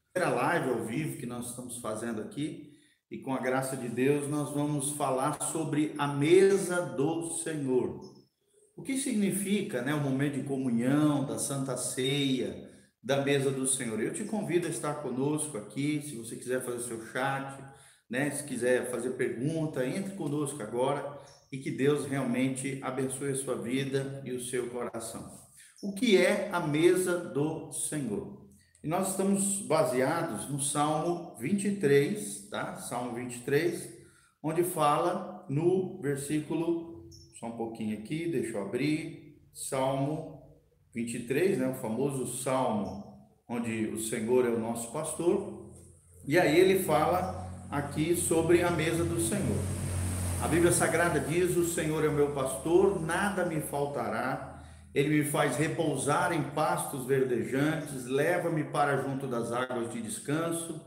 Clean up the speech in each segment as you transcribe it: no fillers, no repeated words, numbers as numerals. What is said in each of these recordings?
Primeira live ao vivo que nós estamos fazendo aqui e com a graça de Deus nós vamos falar sobre a mesa do Senhor. O que significa, né, o momento de comunhão, da Santa Ceia, da mesa do Senhor? Eu te convido a estar conosco aqui, se você quiser fazer seu chat, né, se quiser fazer pergunta, entre conosco agora e que Deus realmente abençoe a sua vida e o seu coração. O que é a mesa do Senhor? E nós estamos baseados no Salmo 23, tá? Salmo 23, onde fala no versículo, só um pouquinho aqui, deixa eu abrir, Salmo 23, né? O famoso Salmo onde o Senhor é o nosso pastor. E aí ele fala aqui sobre a mesa do Senhor. A Bíblia Sagrada diz: o Senhor é o meu pastor, nada me faltará. Ele me faz repousar em pastos verdejantes, leva-me para junto das águas de descanso,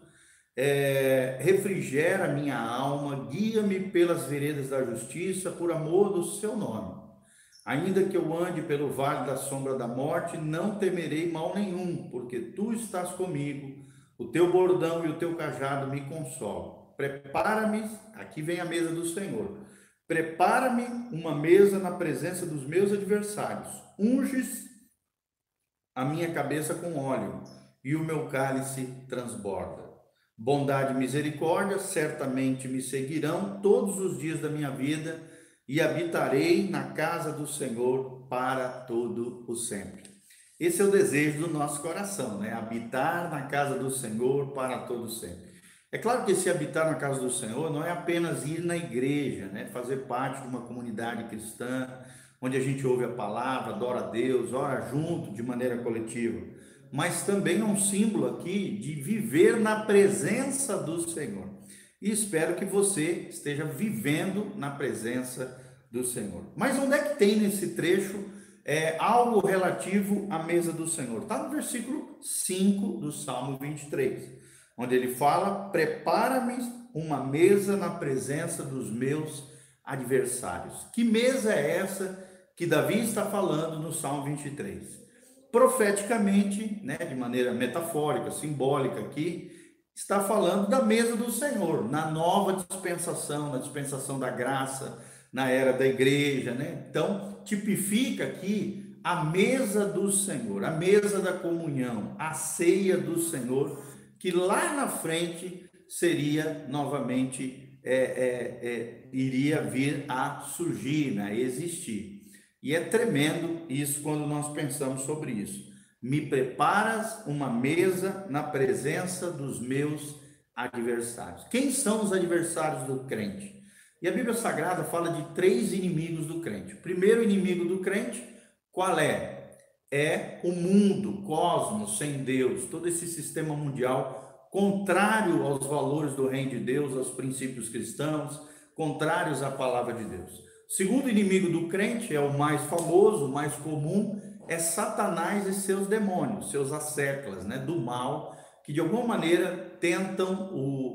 refrigera minha alma, guia-me pelas veredas da justiça, por amor do seu nome. Ainda que eu ande pelo vale da sombra da morte, não temerei mal nenhum, porque tu estás comigo, o teu bordão e o teu cajado me consolam. Prepara-me, aqui vem a mesa do Senhor. Prepara-me uma mesa na presença dos meus adversários. Unges a minha cabeça com óleo e o meu cálice transborda. Bondade e misericórdia certamente me seguirão todos os dias da minha vida e habitarei na casa do Senhor para todo o sempre. Esse é o desejo do nosso coração, né? Habitar na casa do Senhor para todo o sempre. É claro que esse habitar na casa do Senhor não é apenas ir na igreja, né? Fazer parte de uma comunidade cristã, onde a gente ouve a palavra, adora a Deus, ora junto de maneira coletiva, mas também é um símbolo aqui de viver na presença do Senhor. E espero que você esteja vivendo na presença do Senhor. Mas onde é que tem nesse trecho algo relativo à mesa do Senhor? Está no versículo 5 do Salmo 23, onde ele fala: prepara-me uma mesa na presença dos meus adversários. Que mesa é essa que Davi está falando no Salmo 23? Profeticamente, né, de maneira metafórica, simbólica aqui, está falando da mesa do Senhor, na nova dispensação, na dispensação da graça, na era da igreja, né? Então, tipifica aqui a mesa do Senhor, a mesa da comunhão, a ceia do Senhor, que lá na frente seria novamente, iria vir a surgir, né, a existir. E é tremendo isso quando nós pensamos sobre isso. Me preparas uma mesa na presença dos meus adversários. Quem são os adversários do crente? E a Bíblia Sagrada fala de três inimigos do crente. O primeiro inimigo do crente, qual é? É o mundo, o cosmos sem Deus, todo esse sistema mundial contrário aos valores do reino de Deus, aos princípios cristãos, contrários à palavra de Deus. Segundo inimigo do crente, é o mais famoso, o mais comum, é Satanás e seus demônios, seus asseclas, né, do mal, que de alguma maneira tentam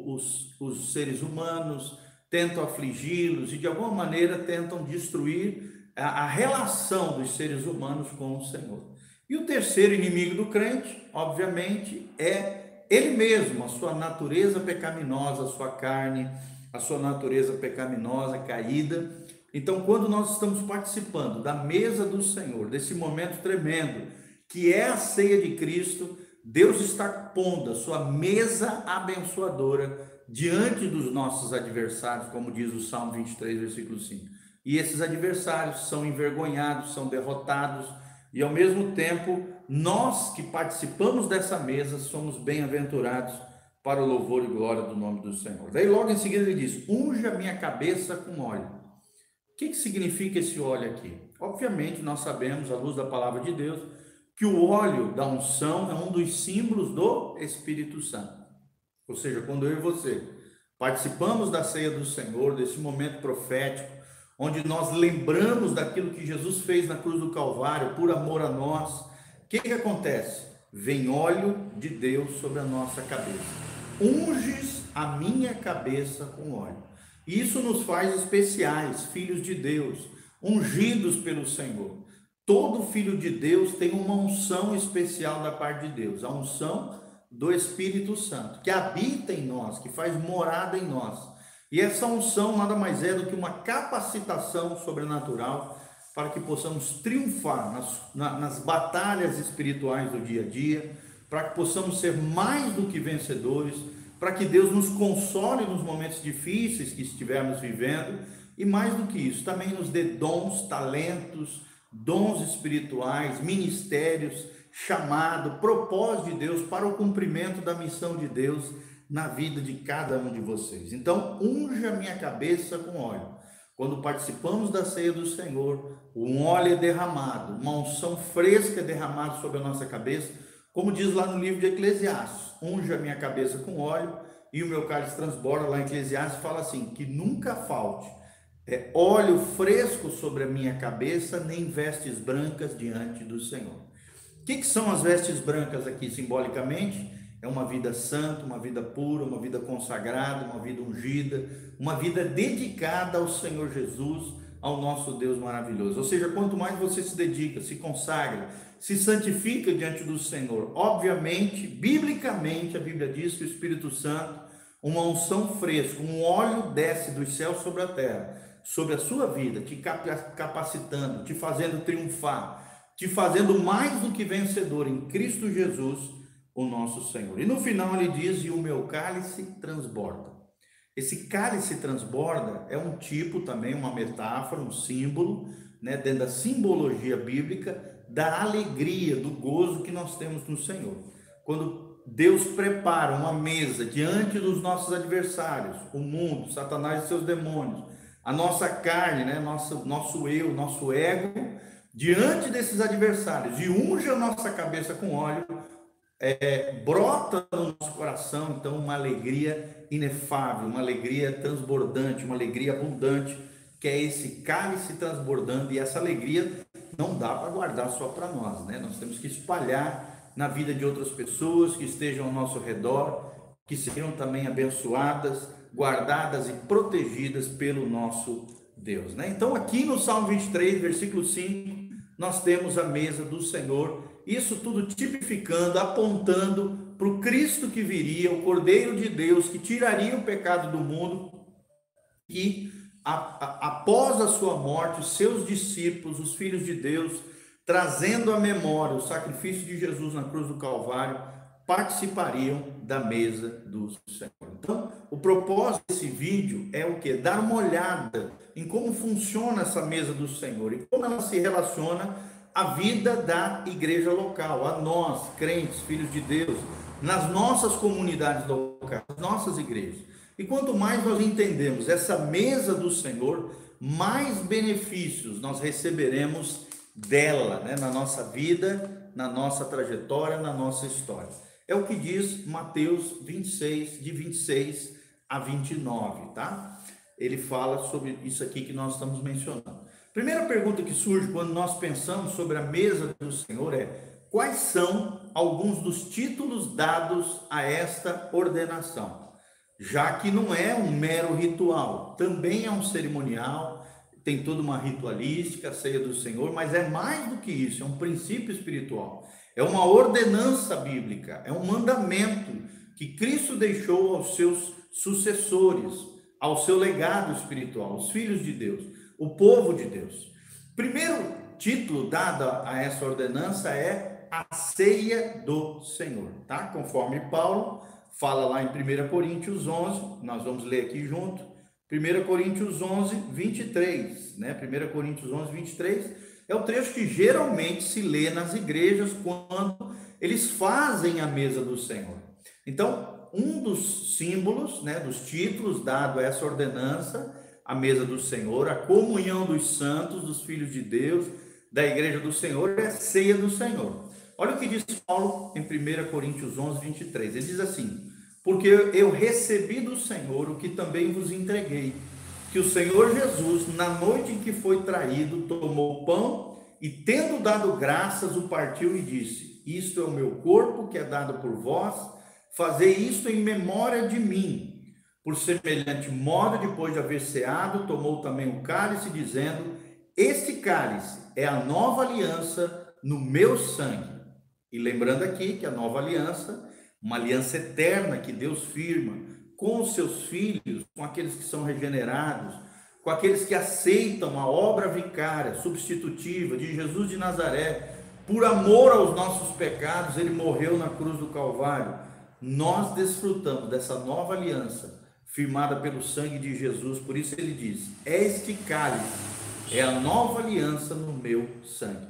os seres humanos, tentam afligi-los e de alguma maneira tentam destruir a relação dos seres humanos com o Senhor. E o terceiro inimigo do crente, obviamente, é ele mesmo, a sua natureza pecaminosa, a sua carne, a sua natureza pecaminosa, caída. Então, quando nós estamos participando da mesa do Senhor, desse momento tremendo, que é a ceia de Cristo, Deus está pondo a sua mesa abençoadora diante dos nossos adversários, como diz o Salmo 23, versículo 5. E esses adversários são envergonhados, são derrotados, e ao mesmo tempo, nós que participamos dessa mesa somos bem-aventurados para o louvor e glória do nome do Senhor. Daí logo em seguida ele diz: unja minha cabeça com óleo. O que significa esse óleo aqui? Obviamente nós sabemos, à luz da palavra de Deus, que o óleo da unção é um dos símbolos do Espírito Santo. Ou seja, quando eu e você participamos da ceia do Senhor, desse momento profético, onde nós lembramos daquilo que Jesus fez na cruz do Calvário, por amor a nós, o que acontece? Vem óleo de Deus sobre a nossa cabeça. Unges a minha cabeça com óleo. Isso nos faz especiais, filhos de Deus, ungidos pelo Senhor. Todo filho de Deus tem uma unção especial da parte de Deus. A unção do Espírito Santo, que habita em nós, que faz morada em nós. E essa unção nada mais é do que uma capacitação sobrenatural para que possamos triunfar nas batalhas espirituais do dia a dia, para que possamos ser mais do que vencedores, para que Deus nos console nos momentos difíceis que estivermos vivendo, e mais do que isso, também nos dê dons, talentos, dons espirituais, ministérios, chamado, propósito de Deus para o cumprimento da missão de Deus na vida de cada um de vocês. Então, unja minha cabeça com óleo. Quando participamos da ceia do Senhor, um óleo é derramado, uma unção fresca é derramada sobre a nossa cabeça, como diz lá no livro de Eclesiastes: unja minha cabeça com óleo e o meu cálice transborda. Lá em Eclesiastes fala assim, que nunca falte óleo fresco sobre a minha cabeça, nem vestes brancas diante do Senhor. O que são as vestes brancas aqui simbolicamente? É uma vida santa, uma vida pura, uma vida consagrada, uma vida ungida, uma vida dedicada ao Senhor Jesus, ao nosso Deus maravilhoso. Ou seja, quanto mais você se dedica, se consagra, se santifica diante do Senhor, obviamente, biblicamente, a Bíblia diz que o Espírito Santo, uma unção fresca, um óleo desce dos céus sobre a terra, sobre a sua vida, te capacitando, te fazendo triunfar, te fazendo mais do que vencedor em Cristo Jesus, o nosso Senhor. E no final ele diz: e o meu cálice transborda. Esse cálice transborda é um tipo também, uma metáfora, um símbolo, né, dentro da simbologia bíblica, da alegria, do gozo que nós temos no Senhor. Quando Deus prepara uma mesa diante dos nossos adversários, o mundo, Satanás e seus demônios, a nossa carne, né, nosso eu, nosso ego, diante desses adversários, e unge a nossa cabeça com óleo, brota no nosso coração, então, uma alegria inefável, uma alegria transbordante, uma alegria abundante, que é esse cálice transbordando. E essa alegria não dá para guardar só para nós, né? Nós temos que espalhar na vida de outras pessoas que estejam ao nosso redor, que sejam também abençoadas, guardadas e protegidas pelo nosso Deus, né? Então, aqui no Salmo 23, versículo 5, nós temos a mesa do Senhor. Isso tudo tipificando, apontando para o Cristo que viria, o Cordeiro de Deus, que tiraria o pecado do mundo, e após a sua morte, os seus discípulos, os filhos de Deus, trazendo à memória o sacrifício de Jesus na cruz do Calvário, participariam da mesa do Senhor. Então, o propósito desse vídeo é o quê? Dar uma olhada em como funciona essa mesa do Senhor e como ela se relaciona a vida da igreja local, a nós, crentes, filhos de Deus, nas nossas comunidades locais, nas nossas igrejas. E quanto mais nós entendemos essa mesa do Senhor, mais benefícios nós receberemos dela, né, na nossa vida, na nossa trajetória, na nossa história. É o que diz Mateus 26, de 26 a 29, tá? Ele fala sobre isso aqui que nós estamos mencionando. Primeira pergunta que surge quando nós pensamos sobre a mesa do Senhor é: quais são alguns dos títulos dados a esta ordenação? Já que não é um mero ritual, também é um cerimonial, tem toda uma ritualística, a ceia do Senhor, mas é mais do que isso, é um princípio espiritual, é uma ordenança bíblica, é um mandamento que Cristo deixou aos seus sucessores, ao seu legado espiritual, os filhos de Deus, o povo de Deus. Primeiro título dado a essa ordenança é a ceia do Senhor, tá? Conforme Paulo fala lá em 1 Coríntios 11, nós vamos ler aqui junto, 1 Coríntios 11, 23, né? 1 Coríntios 11, 23 é o trecho que geralmente se lê nas igrejas quando eles fazem a mesa do Senhor. Então, um dos símbolos, né, dos títulos dado a essa ordenança, a mesa do Senhor, a comunhão dos santos, dos filhos de Deus, da igreja do Senhor, é a ceia do Senhor. Olha o que diz Paulo em 1 Coríntios 11, 23. Ele diz assim: porque eu recebi do Senhor o que também vos entreguei, que o Senhor Jesus, na noite em que foi traído, tomou o pão e, tendo dado graças, o partiu e disse: isto é o meu corpo que é dado por vós, fazei isto em memória de mim. Por semelhante modo, depois de haver ceado, tomou também o cálice, dizendo: este cálice é a nova aliança no meu sangue. E lembrando aqui que a nova aliança uma aliança eterna que Deus firma com os seus filhos, com aqueles que são regenerados, com aqueles que aceitam a obra vicária, substitutiva de Jesus de Nazaré. Por amor aos nossos pecados, ele morreu na cruz do Calvário. Nós desfrutamos dessa nova aliança, firmada pelo sangue de Jesus. Por isso ele diz: este cálice é a nova aliança no meu sangue.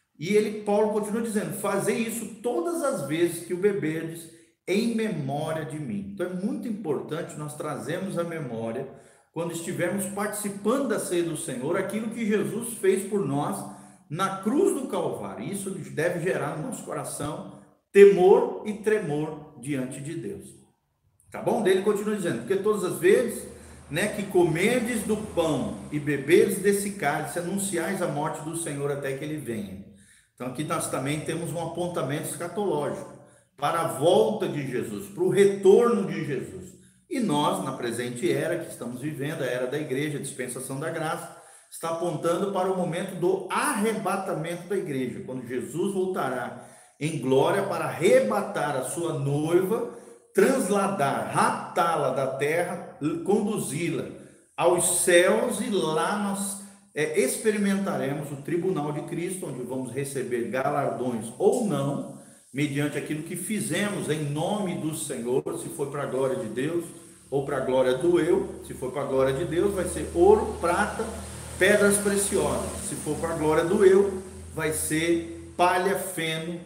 E Paulo continua dizendo: fazei isso todas as vezes que o beberdes, em memória de mim. Então é muito importante nós trazermos à memória, quando estivermos participando da ceia do Senhor, aquilo que Jesus fez por nós na cruz do Calvário. Isso deve gerar no nosso coração temor e tremor diante de Deus. Tá bom? Ele continua dizendo: porque todas as vezes, que comerdes do pão e beberdes desse cálice, anunciais a morte do Senhor até que ele venha. Então aqui nós também temos um apontamento escatológico para a volta de Jesus, para o retorno de Jesus. E nós, na presente era que estamos vivendo, a era da igreja, a dispensação da graça, está apontando para o momento do arrebatamento da igreja, quando Jesus voltará em glória para arrebatar a sua noiva, transladar, raptá-la da terra, conduzi-la aos céus, e lá nós experimentaremos o tribunal de Cristo, onde vamos receber galardões ou não, mediante aquilo que fizemos em nome do Senhor, se for para a glória de Deus ou para a glória do eu. Se for para a glória de Deus, vai ser ouro, prata, pedras preciosas. Se for para a glória do eu, vai ser palha, feno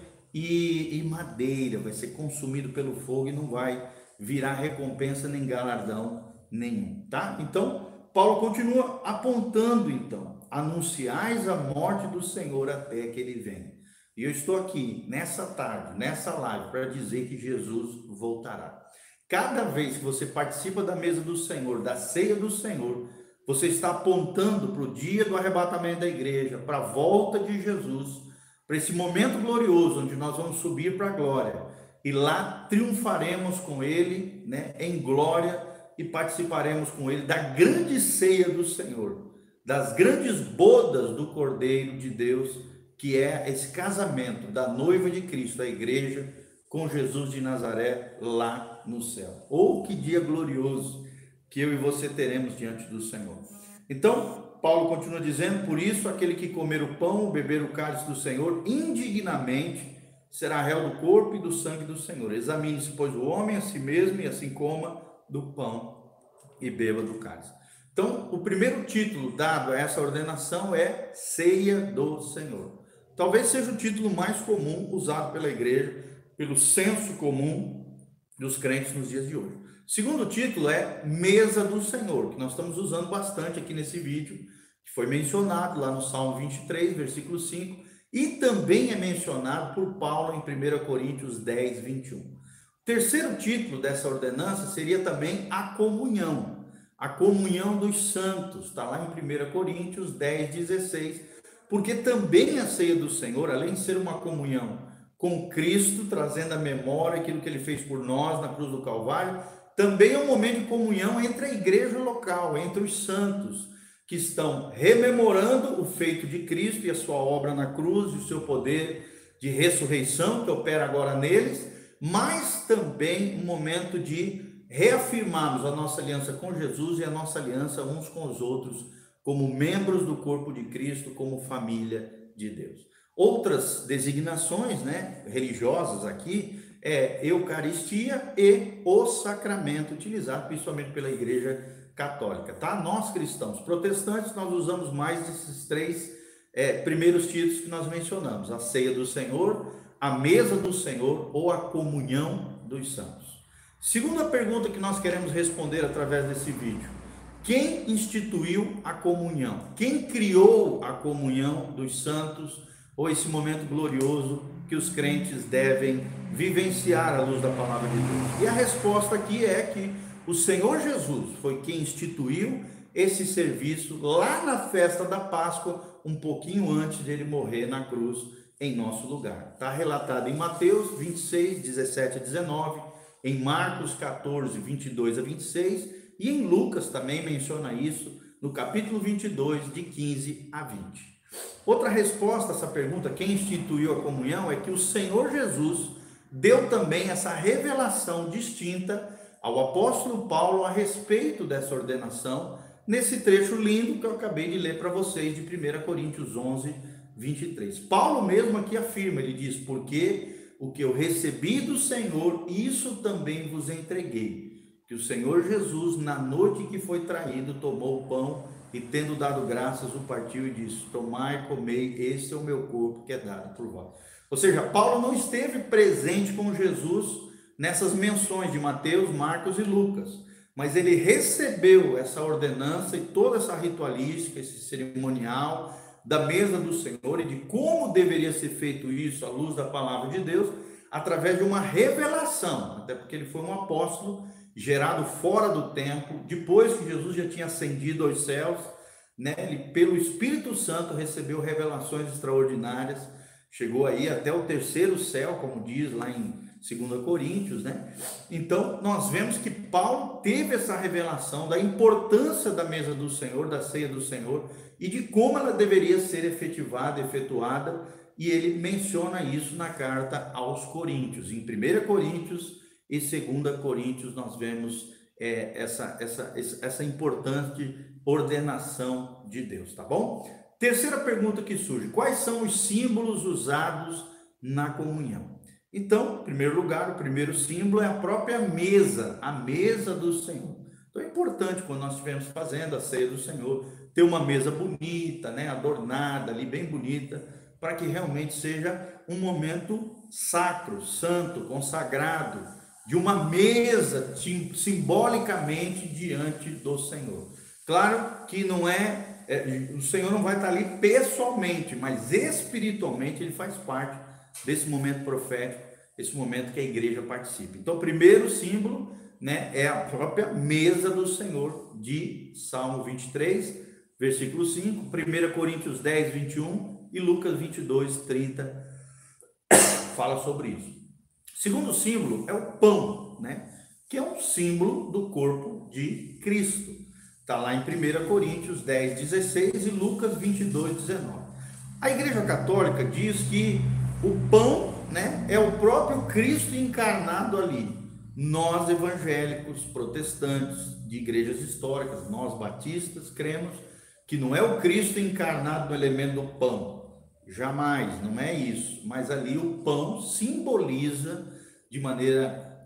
e madeira, vai ser consumido pelo fogo e não vai virar recompensa nem galardão nenhum, tá? Então, Paulo continua apontando, então: anunciais a morte do Senhor até que ele venha. E eu estou aqui, nessa tarde, nessa live, para dizer que Jesus voltará. Cada vez que você participa da mesa do Senhor, da ceia do Senhor, você está apontando para o dia do arrebatamento da igreja, para a volta de Jesus, para esse momento glorioso, onde nós vamos subir para a glória, e lá triunfaremos com ele, em glória, e participaremos com ele da grande ceia do Senhor, das grandes bodas do Cordeiro de Deus, que é esse casamento da noiva de Cristo, a igreja, com Jesus de Nazaré lá no céu. Oh, que dia glorioso que eu e você teremos diante do Senhor. Então, Paulo continua dizendo: por isso, aquele que comer o pão, beber o cálice do Senhor indignamente, será réu do corpo e do sangue do Senhor. Examine-se, pois, o homem a si mesmo, e assim coma do pão e beba do cálice. Então, o primeiro título dado a essa ordenação é Ceia do Senhor. Talvez seja o título mais comum usado pela igreja, pelo senso comum dos crentes nos dias de hoje. O segundo título é Mesa do Senhor, que nós estamos usando bastante aqui nesse vídeo, que foi mencionado lá no Salmo 23, versículo 5, e também é mencionado por Paulo em 1 Coríntios 10, 21. O terceiro título dessa ordenança seria também a comunhão dos santos, está lá em 1 Coríntios 10, 16, porque também a ceia do Senhor, além de ser uma comunhão com Cristo, trazendo à memória aquilo que ele fez por nós na cruz do Calvário, também é um momento de comunhão entre a igreja local, entre os santos, que estão rememorando o feito de Cristo e a sua obra na cruz, e o seu poder de ressurreição que opera agora neles, mas também um momento de reafirmarmos a nossa aliança com Jesus e a nossa aliança uns com os outros, como membros do corpo de Cristo, como família de Deus. Outras designações, religiosas aqui, é Eucaristia e o sacramento, utilizado principalmente pela Igreja Católica, tá? Nós cristãos protestantes, nós usamos mais esses três primeiros títulos que nós mencionamos: a ceia do Senhor, a mesa do Senhor ou a comunhão dos santos. Segunda pergunta que nós queremos responder através desse vídeo: quem instituiu a comunhão? Quem criou a comunhão dos santos, ou esse momento glorioso que os crentes devem vivenciar à luz da palavra de Deus? E a resposta aqui é que o Senhor Jesus foi quem instituiu esse serviço lá na festa da Páscoa, um pouquinho antes de ele morrer na cruz em nosso lugar. Está relatado em Mateus 26, 17 a 19, em Marcos 14, 22 a 26, e em Lucas também menciona isso, no capítulo 22, de 15 a 20. Outra resposta a essa pergunta, quem instituiu a comunhão, é que o Senhor Jesus deu também essa revelação distinta ao apóstolo Paulo a respeito dessa ordenação, nesse trecho lindo que eu acabei de ler para vocês, de 1 Coríntios 11, 23. Paulo mesmo aqui afirma, ele diz, porque o que eu recebi do Senhor, isso também vos entreguei, que o Senhor Jesus, na noite que foi traído, tomou o pão e, tendo dado graças, o partiu e disse, tomai, comei, este é o meu corpo que é dado por vós. Ou seja, Paulo não esteve presente com Jesus nessas menções de Mateus, Marcos e Lucas, mas ele recebeu essa ordenança e toda essa ritualística, esse cerimonial da mesa do Senhor e de como deveria ser feito isso à luz da palavra de Deus, através de uma revelação, até porque ele foi um apóstolo gerado fora do templo, depois que Jesus já tinha ascendido aos céus, né? Ele, pelo Espírito Santo, recebeu revelações extraordinárias, chegou aí até o terceiro céu, como diz lá em 2 Coríntios, né? Então, nós vemos que Paulo teve essa revelação da importância da mesa do Senhor, da ceia do Senhor, e de como ela deveria ser efetivada, efetuada, e ele menciona isso na carta aos Coríntios. Em 1 Coríntios e 2 Coríntios, nós vemos essa importante ordenação de Deus, tá bom? Terceira pergunta que surge: quais são os símbolos usados na comunhão? Então, em primeiro lugar, o primeiro símbolo é a própria mesa, a mesa do Senhor. Então é importante, quando nós estivermos fazendo a ceia do Senhor, ter uma mesa bonita, né, adornada ali, bem bonita, para que realmente seja um momento sacro, santo, consagrado, de uma mesa simbolicamente diante do Senhor. Claro que não o Senhor não vai estar ali pessoalmente, mas espiritualmente ele faz parte desse momento profético, esse momento que a igreja participa. Então, o primeiro símbolo, né, é a própria mesa do Senhor, de Salmo 23, versículo 5, 1 Coríntios 10, 21 e Lucas 22, 30, fala sobre isso. Segundo símbolo é o pão, né, que é um símbolo do corpo de Cristo. Está lá em 1 Coríntios 10, 16 e Lucas 22, 19. A Igreja Católica diz que o pão, né, é o próprio Cristo encarnado ali. Nós, evangélicos, protestantes, de igrejas históricas, nós batistas, cremos que não é o Cristo encarnado no elemento do pão. Jamais, não é isso. Mas ali o pão simboliza de maneira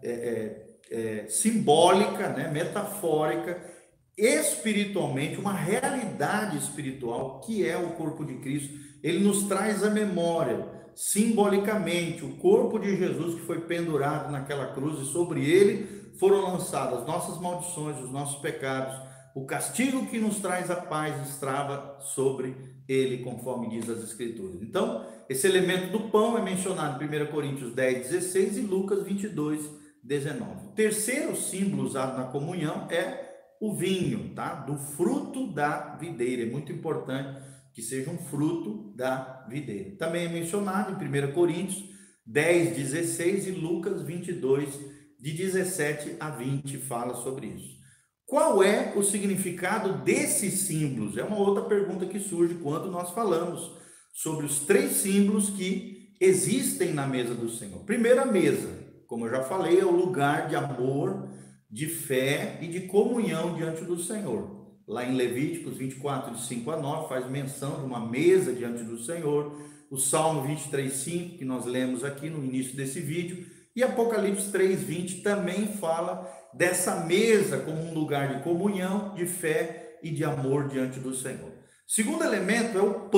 simbólica, né, metafórica, espiritualmente, uma realidade espiritual que é o corpo de Cristo. Ele nos traz a memória, simbolicamente, o corpo de Jesus que foi pendurado naquela cruz, e sobre ele foram lançadas as nossas maldições, os nossos pecados, o castigo que nos traz a paz estava sobre ele, conforme diz as Escrituras. Então, esse elemento do pão é mencionado em 1 Coríntios 10, 16 e Lucas 22, 19. O terceiro símbolo usado na comunhão é o vinho, tá? Do fruto da videira. É muito importante que seja um fruto da videira. Também é mencionado em 1 Coríntios 10, 16 e Lucas 22, de 17 a 20, fala sobre isso. Qual é o significado desses símbolos? É uma outra pergunta que surge quando nós falamos sobre os três símbolos que existem na mesa do Senhor. Primeiro, a mesa, como eu já falei, é o lugar de amor, de fé e de comunhão diante do Senhor. Lá em Levíticos 24, de 5 a 9, faz menção de uma mesa diante do Senhor. O Salmo 23, 5, que nós lemos aqui no início desse vídeo, e Apocalipse 3, 20 também fala dessa mesa como um lugar de comunhão, de fé e de amor diante do Senhor. Segundo elemento é o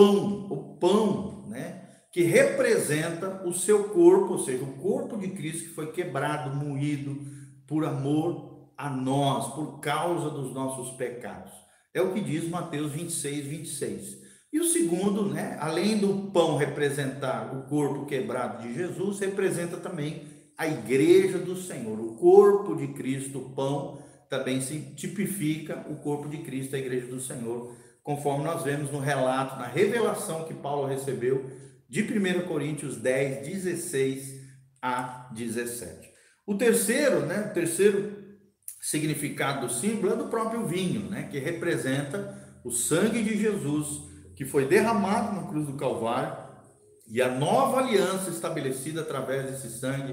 pão, né, que representa o seu corpo, ou seja, o corpo de Cristo que foi quebrado, moído por amor a nós, por causa dos nossos pecados. É o que diz Mateus 26, 26. E o segundo, né, além do pão representar o corpo quebrado de Jesus, representa também a igreja do Senhor, o corpo de Cristo. O pão também se tipifica o corpo de Cristo, a igreja do Senhor, conforme nós vemos no relato, na revelação que Paulo recebeu de 1 Coríntios 10, 16 a 17. O terceiro significado do símbolo é do próprio vinho, né, que representa o sangue de Jesus, que foi derramado na cruz do Calvário, e a nova aliança estabelecida através desse sangue,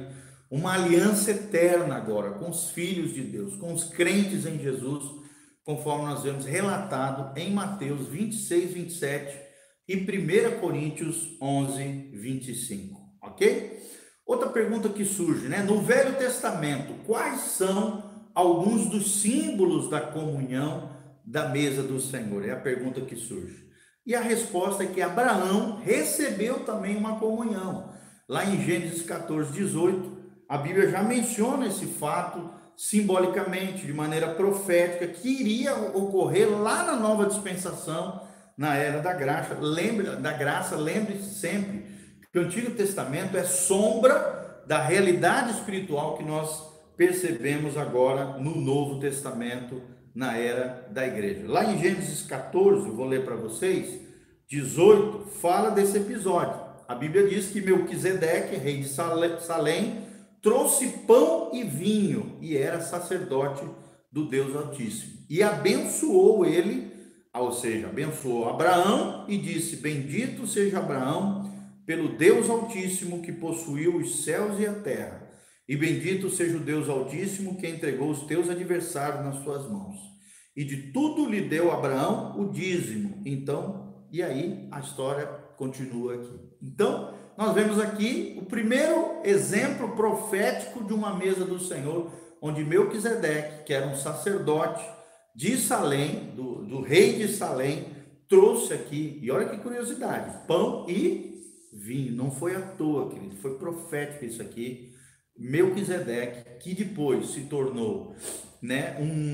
uma aliança eterna agora com os filhos de Deus, com os crentes em Jesus, conforme nós vemos relatado em Mateus 26, 27 e 1 Coríntios 11, 25, ok? Outra pergunta que surge, né? No Velho Testamento, quais são alguns dos símbolos da comunhão da mesa do Senhor? É a pergunta que surge. E a resposta é que Abraão recebeu também uma comunhão. Lá em Gênesis 14, 18, a Bíblia já menciona esse fato simbolicamente, de maneira profética, que iria ocorrer lá na nova dispensação, na era da graça. Lembre-se sempre que o Antigo Testamento é sombra da realidade espiritual que nós percebemos agora no Novo Testamento, na era da igreja. Lá em Gênesis 14, vou ler para vocês, 18, fala desse episódio. A Bíblia diz que Melquisedeque, rei de Salém, trouxe pão e vinho e era sacerdote do Deus Altíssimo. E abençoou ele, ou seja, abençoou Abraão e disse: bendito seja Abraão pelo Deus Altíssimo que possuiu os céus e a terra. E bendito seja o Deus Altíssimo que entregou os teus adversários nas suas mãos. E de tudo lhe deu Abraão o dízimo. Então, e aí a história continua aqui. Então, nós vemos aqui o primeiro exemplo profético de uma mesa do Senhor, onde Melquisedeque, que era um sacerdote de Salém, do rei de Salém, trouxe aqui, e olha que curiosidade, pão e vinho. Não foi à toa, querido, foi profético isso aqui. Melquisedeque, que depois se tornou, né,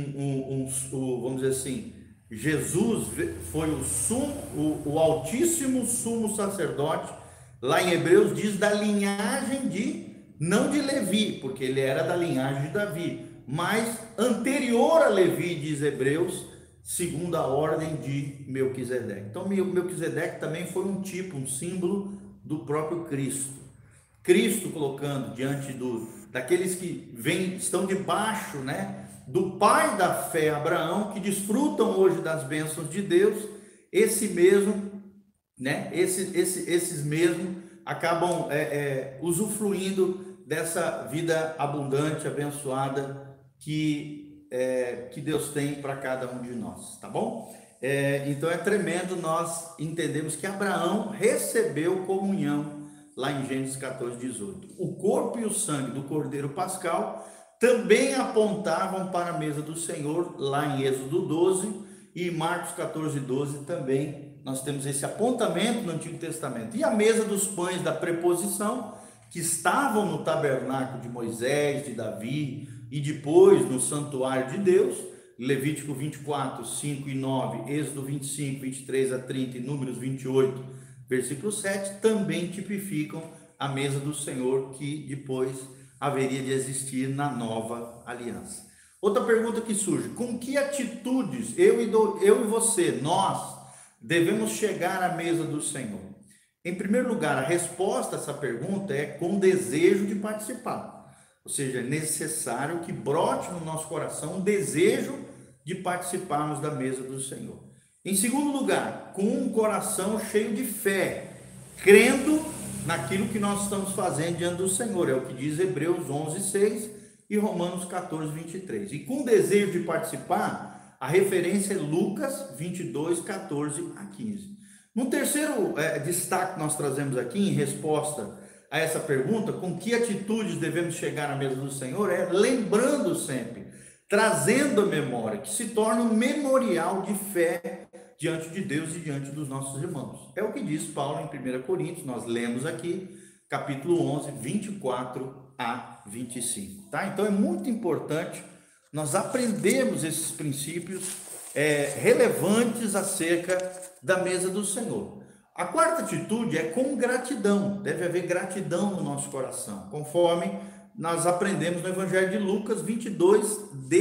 vamos dizer assim, Jesus foi o altíssimo sumo sacerdote. Lá em Hebreus diz da linhagem não de Levi, porque ele era da linhagem de Davi, mas anterior a Levi, diz Hebreus, segundo a ordem de Melquisedeque. Então Melquisedeque também foi um tipo, um símbolo do próprio Cristo. Cristo colocando diante daqueles que estão debaixo, né, do pai da fé, Abraão, que desfrutam hoje das bênçãos de Deus, esses mesmos acabam usufruindo dessa vida abundante, abençoada que Deus tem para cada um de nós, tá bom? Então é tremendo nós entendemos que Abraão recebeu comunhão lá em Gênesis 14, 18. O corpo e o sangue do Cordeiro Pascal também apontavam para a mesa do Senhor, lá em Êxodo 12, e em Marcos 14, 12 também nós temos esse apontamento no Antigo Testamento. E a mesa dos pães da preposição, que estavam no tabernáculo de Moisés, de Davi, e depois no santuário de Deus, Levítico 24, 5 e 9, Êxodo 25, 23 a 30 e Números 28, versículo 7, também tipificam a mesa do Senhor, que depois haveria de existir na nova aliança. Outra pergunta que surge: com que atitudes eu e você, nós, devemos chegar à mesa do Senhor? Em primeiro lugar, a resposta a essa pergunta é com desejo de participar. Ou seja, é necessário que brote no nosso coração um desejo de participarmos da mesa do Senhor. Em segundo lugar, com um coração cheio de fé, crendo naquilo que nós estamos fazendo diante do Senhor. É o que diz Hebreus 11, 6 e Romanos 14, 23. E com desejo de participar, a referência é Lucas 22, 14 a 15. No terceiro destaque que nós trazemos aqui, em resposta a essa pergunta, com que atitudes devemos chegar à mesa do Senhor, é lembrando sempre, trazendo a memória, que se torna um memorial de fé diante de Deus e diante dos nossos irmãos. É o que diz Paulo em 1 Coríntios, nós lemos aqui, capítulo 11, 24 a 25. Tá? Então é muito importante nós aprendermos esses princípios relevantes acerca da mesa do Senhor. A quarta atitude é com gratidão, deve haver gratidão no nosso coração, conforme nós aprendemos no Evangelho de Lucas 22,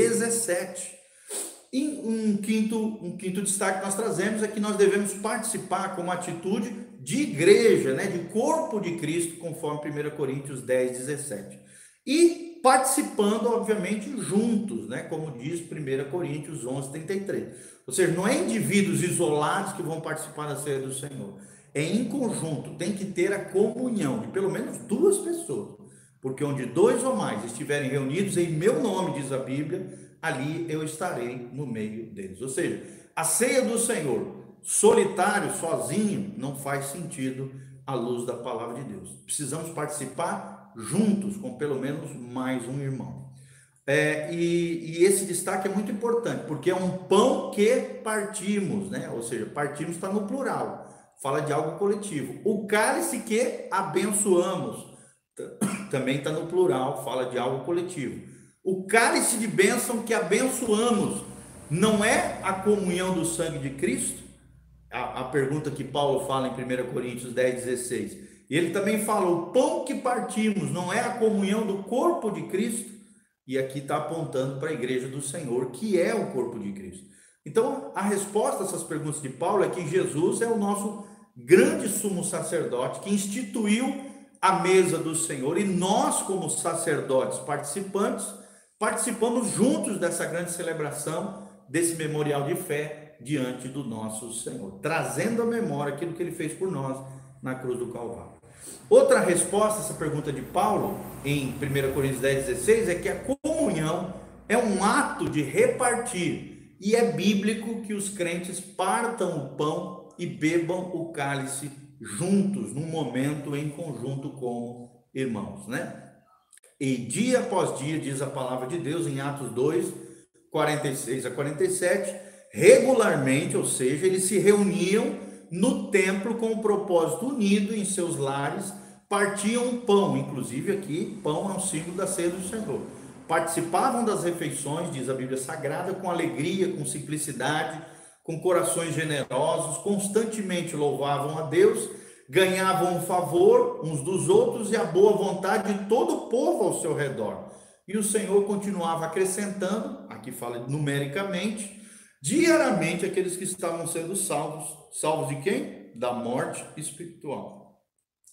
17. E um quinto destaque que nós trazemos é que nós devemos participar com uma atitude de igreja, né, de corpo de Cristo, conforme 1 Coríntios 10, 17. E participando, obviamente, juntos, né, como diz 1 Coríntios 11, 33. Ou seja, não é indivíduos isolados que vão participar da ceia do Senhor. É em conjunto, tem que ter a comunhão de pelo menos duas pessoas. porque onde dois ou mais estiverem reunidos em meu nome, diz a Bíblia, ali eu estarei no meio deles. Ou seja, a ceia do Senhor, solitário, sozinho, não faz sentido à luz da palavra de Deus. Precisamos participar juntos, com pelo menos mais um irmão. E esse destaque é muito importante, porque é um pão que partimos, né? Ou seja, partimos está no plural, fala de algo coletivo. O cálice que abençoamos também está no plural, fala de algo coletivo. O cálice de bênção que abençoamos não é a comunhão do sangue de Cristo? A pergunta que Paulo fala em 1 Coríntios 10:16. E ele também fala, o pão que partimos não é a comunhão do corpo de Cristo? E aqui está apontando para a igreja do Senhor, que é o corpo de Cristo. Então, a resposta a essas perguntas de Paulo é que Jesus é o nosso grande sumo sacerdote, que instituiu a mesa do Senhor, e nós, como sacerdotes participantes, participamos juntos dessa grande celebração, desse memorial de fé diante do nosso Senhor, trazendo à memória aquilo que ele fez por nós na cruz do Calvário. Outra resposta a essa pergunta de Paulo, em 1 Coríntios 10:16, é que a comunhão é um ato de repartir, e é bíblico que os crentes partam o pão e bebam o cálice juntos, num momento em conjunto como irmãos, né? E dia após dia, diz a palavra de Deus em Atos 2:46-47, regularmente, ou seja, eles se reuniam no templo com o propósito unido em seus lares, partiam pão, inclusive aqui, pão é um símbolo da ceia do Senhor. Participavam das refeições, diz a Bíblia Sagrada, com alegria, com simplicidade, com corações generosos, constantemente louvavam a Deus, ganhavam o favor uns dos outros e a boa vontade de todo o povo ao seu redor. E o Senhor continuava acrescentando, aqui fala numericamente, diariamente aqueles que estavam sendo salvos. Salvos de quem? Da morte espiritual.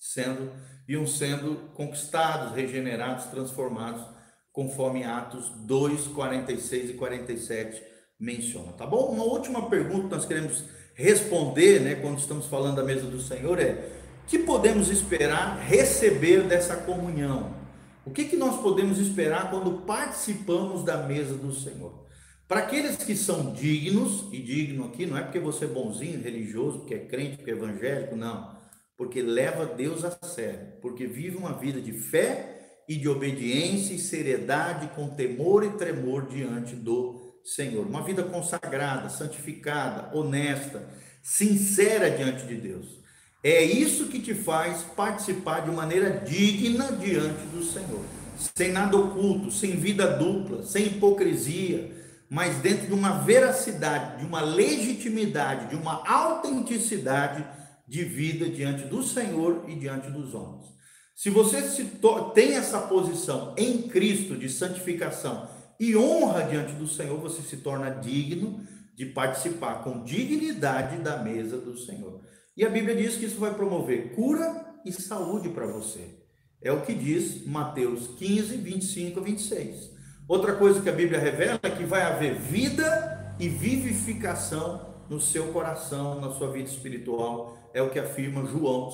Iam sendo conquistados, regenerados, transformados, conforme Atos 2:46 e 47 menciona, tá bom? Uma última pergunta que nós queremos responder, né, quando estamos falando da mesa do Senhor é: que podemos esperar receber dessa comunhão? O que nós podemos esperar quando participamos da mesa do Senhor? Para aqueles que são dignos, e digno aqui não é porque você é bonzinho, religioso, porque é crente, porque é evangélico, não. Porque leva Deus a sério, porque vive uma vida de fé e de obediência e seriedade, com temor e tremor diante do Senhor. Uma vida consagrada, santificada, honesta, sincera diante de Deus. É isso que te faz participar de maneira digna diante do Senhor. Sem nada oculto, sem vida dupla, sem hipocrisia, mas dentro de uma veracidade, de uma legitimidade, de uma autenticidade de vida diante do Senhor e diante dos homens. Se você tem essa posição em Cristo de santificação e honra diante do Senhor, você se torna digno de participar com dignidade da mesa do Senhor. E a Bíblia diz que isso vai promover cura e saúde para você. É o que diz Mateus 15:25-26. Outra coisa que a Bíblia revela é que vai haver vida e vivificação no seu coração, na sua vida espiritual. É o que afirma João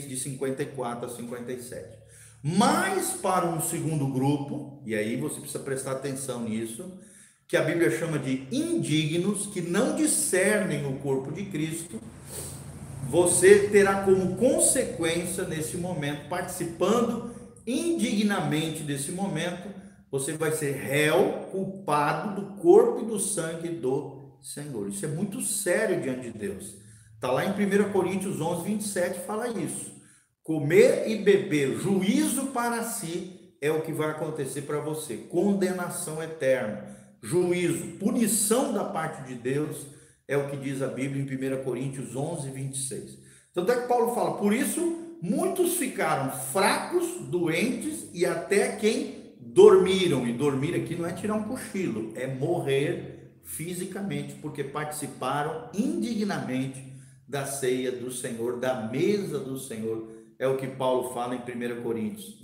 6:54-57. Mas para um segundo grupo, e aí você precisa prestar atenção nisso, que a Bíblia chama de indignos, que não discernem o corpo de Cristo, você terá como consequência nesse momento, participando indignamente desse momento, você vai ser réu, culpado do corpo e do sangue do Senhor. Isso é muito sério diante de Deus. Está lá em 1 Coríntios 11:27, fala isso. Comer e beber, juízo para si, é o que vai acontecer para você. Condenação eterna, juízo, punição da parte de Deus, é o que diz a Bíblia em 1 Coríntios 11:26. Tanto é que Paulo fala, por isso muitos ficaram fracos, doentes e até quem dormiram. E dormir aqui não é tirar um cochilo, é morrer fisicamente, porque participaram indignamente da ceia do Senhor, da mesa do Senhor. É o que Paulo fala em 1 Coríntios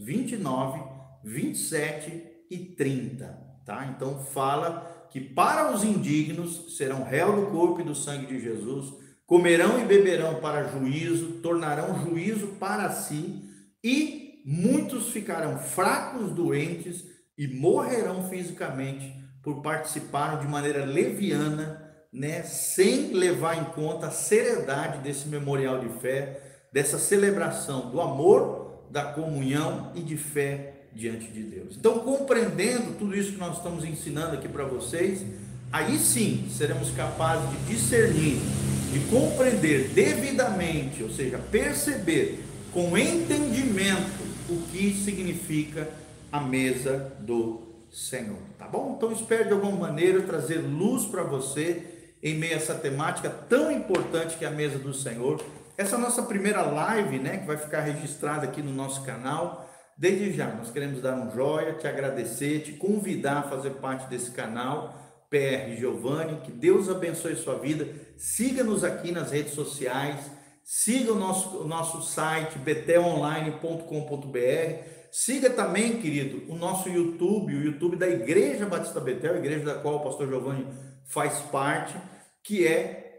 29:27 e 30, tá? Então fala que para os indignos serão réu do corpo e do sangue de Jesus, comerão e beberão para juízo, tornarão juízo para si e muitos ficarão fracos, doentes e morrerão fisicamente por participarem de maneira leviana, né, sem levar em conta a seriedade desse memorial de fé, dessa celebração do amor, da comunhão e de fé diante de Deus. Então, compreendendo tudo isso que nós estamos ensinando aqui para vocês, aí sim seremos capazes de discernir, de compreender devidamente, ou seja, perceber com entendimento o que significa a mesa do Senhor, tá bom? Então espero de alguma maneira trazer luz para você em meio a essa temática tão importante que é a mesa do Senhor. Essa nossa primeira live, né, que vai ficar registrada aqui no nosso canal. Desde já, nós queremos dar um joia, te agradecer, te convidar a fazer parte desse canal, PR Giovanni. Que Deus abençoe sua vida. Siga-nos aqui nas redes sociais, siga o nosso site betelonline.com.br. Siga também, querido, o nosso YouTube, o YouTube da Igreja Batista Betel, a igreja da qual o pastor Giovanni faz parte, que é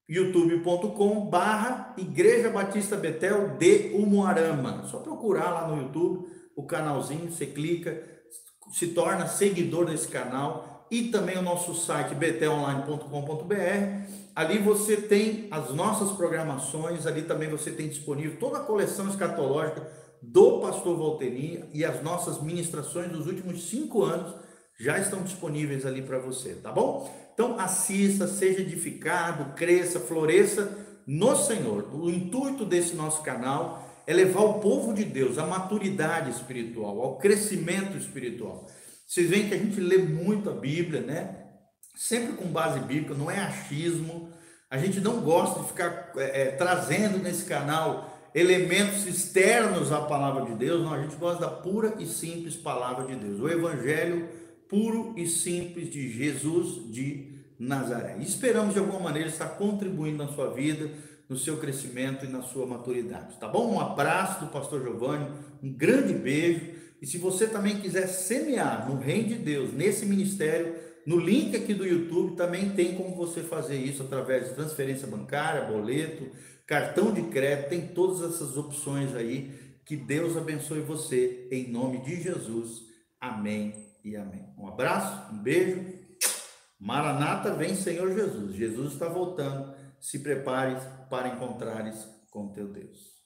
youtube.com/Igreja Batista Betel de Umuarama. Só procurar lá no YouTube o canalzinho, você clica, se torna seguidor desse canal, e também o nosso site betelonline.com.br. Ali você tem as nossas programações, ali também você tem disponível toda a coleção escatológica do pastor Valteni, e as nossas ministrações dos últimos 5 anos já estão disponíveis ali para você, tá bom? Então assista, seja edificado, cresça, floresça no Senhor. O intuito desse nosso canal é levar o povo de Deus à maturidade espiritual, ao crescimento espiritual. Vocês veem que a gente lê muito a Bíblia, né? Sempre com base bíblica, não é achismo. A gente não gosta de ficar trazendo nesse canal elementos externos à palavra de Deus. Não, a gente gosta da pura e simples palavra de Deus, o evangelho puro e simples de Jesus de Nazaré. E esperamos de alguma maneira estar contribuindo na sua vida, no seu crescimento e na sua maturidade, tá bom? Um abraço do pastor Giovanni, um grande beijo. E se você também quiser semear no reino de Deus, nesse ministério, no link aqui do YouTube também tem como você fazer isso através de transferência bancária, boleto, cartão de crédito, tem todas essas opções aí. Que Deus abençoe você, em nome de Jesus. Amém e amém. Um abraço, um beijo. Maranata, vem Senhor Jesus. Jesus está voltando. Se prepares para encontrares com teu Deus.